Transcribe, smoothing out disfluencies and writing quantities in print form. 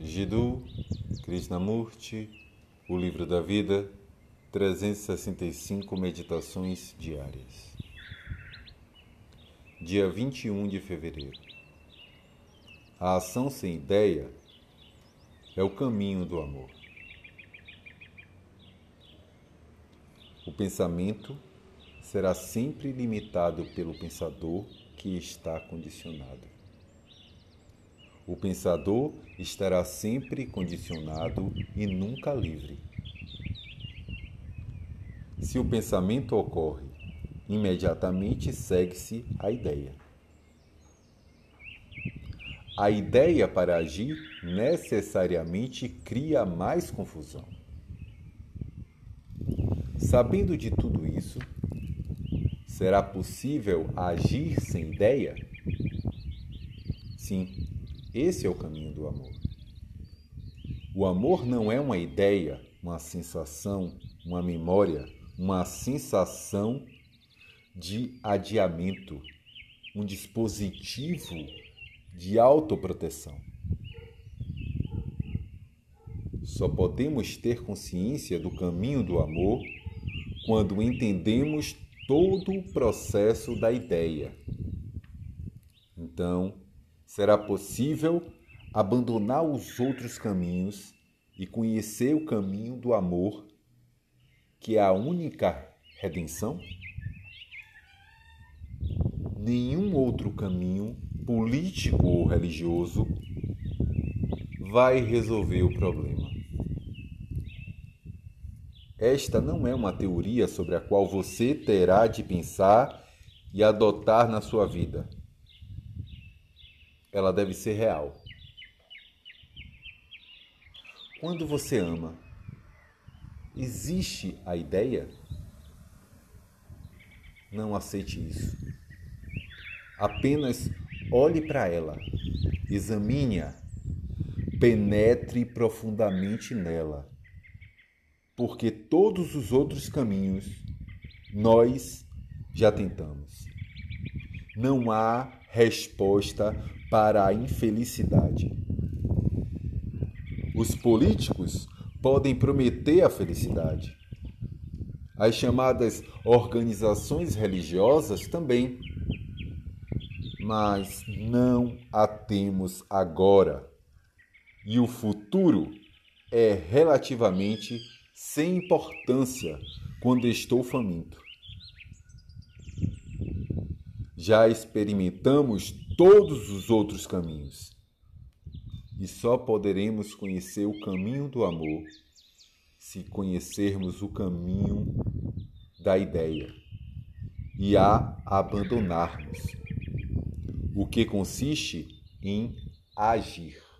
Jiddu Krishnamurti, O Livro da Vida, 365 Meditações Diárias. Dia 21 de fevereiro. A ação sem ideia é o caminho do amor. O pensamento será sempre limitado pelo pensador que está condicionado. O pensador estará sempre condicionado e nunca livre. Se o pensamento ocorre, imediatamente segue-se a ideia. A ideia para agir necessariamente cria mais confusão. Sabendo de tudo isso, será possível agir sem ideia? Sim, esse é o caminho do amor. O amor não é uma ideia, uma sensação, uma memória, uma sensação de adiamento, um dispositivo de autoproteção. Só podemos ter consciência do caminho do amor quando entendemos todo o processo da ideia. Então, será possível abandonar os outros caminhos e conhecer o caminho do amor, que é a única redenção? Nenhum outro caminho, político ou religioso, vai resolver o problema. Esta não é uma teoria sobre a qual você terá de pensar e adotar na sua vida. Ela deve ser real. Quando você ama, existe a ideia? Não aceite isso. Apenas olhe para ela, examine-a, penetre profundamente nela, porque todos os outros caminhos nós já tentamos. Não há resposta para a infelicidade. Os políticos podem prometer a felicidade. As chamadas organizações religiosas também. Mas não a temos agora. E o futuro é relativamente sem importância quando estou faminto. Já experimentamos todos os outros caminhos. E só poderemos conhecer o caminho do amor se conhecermos o caminho da ideia e a abandonarmos, o que consiste em agir.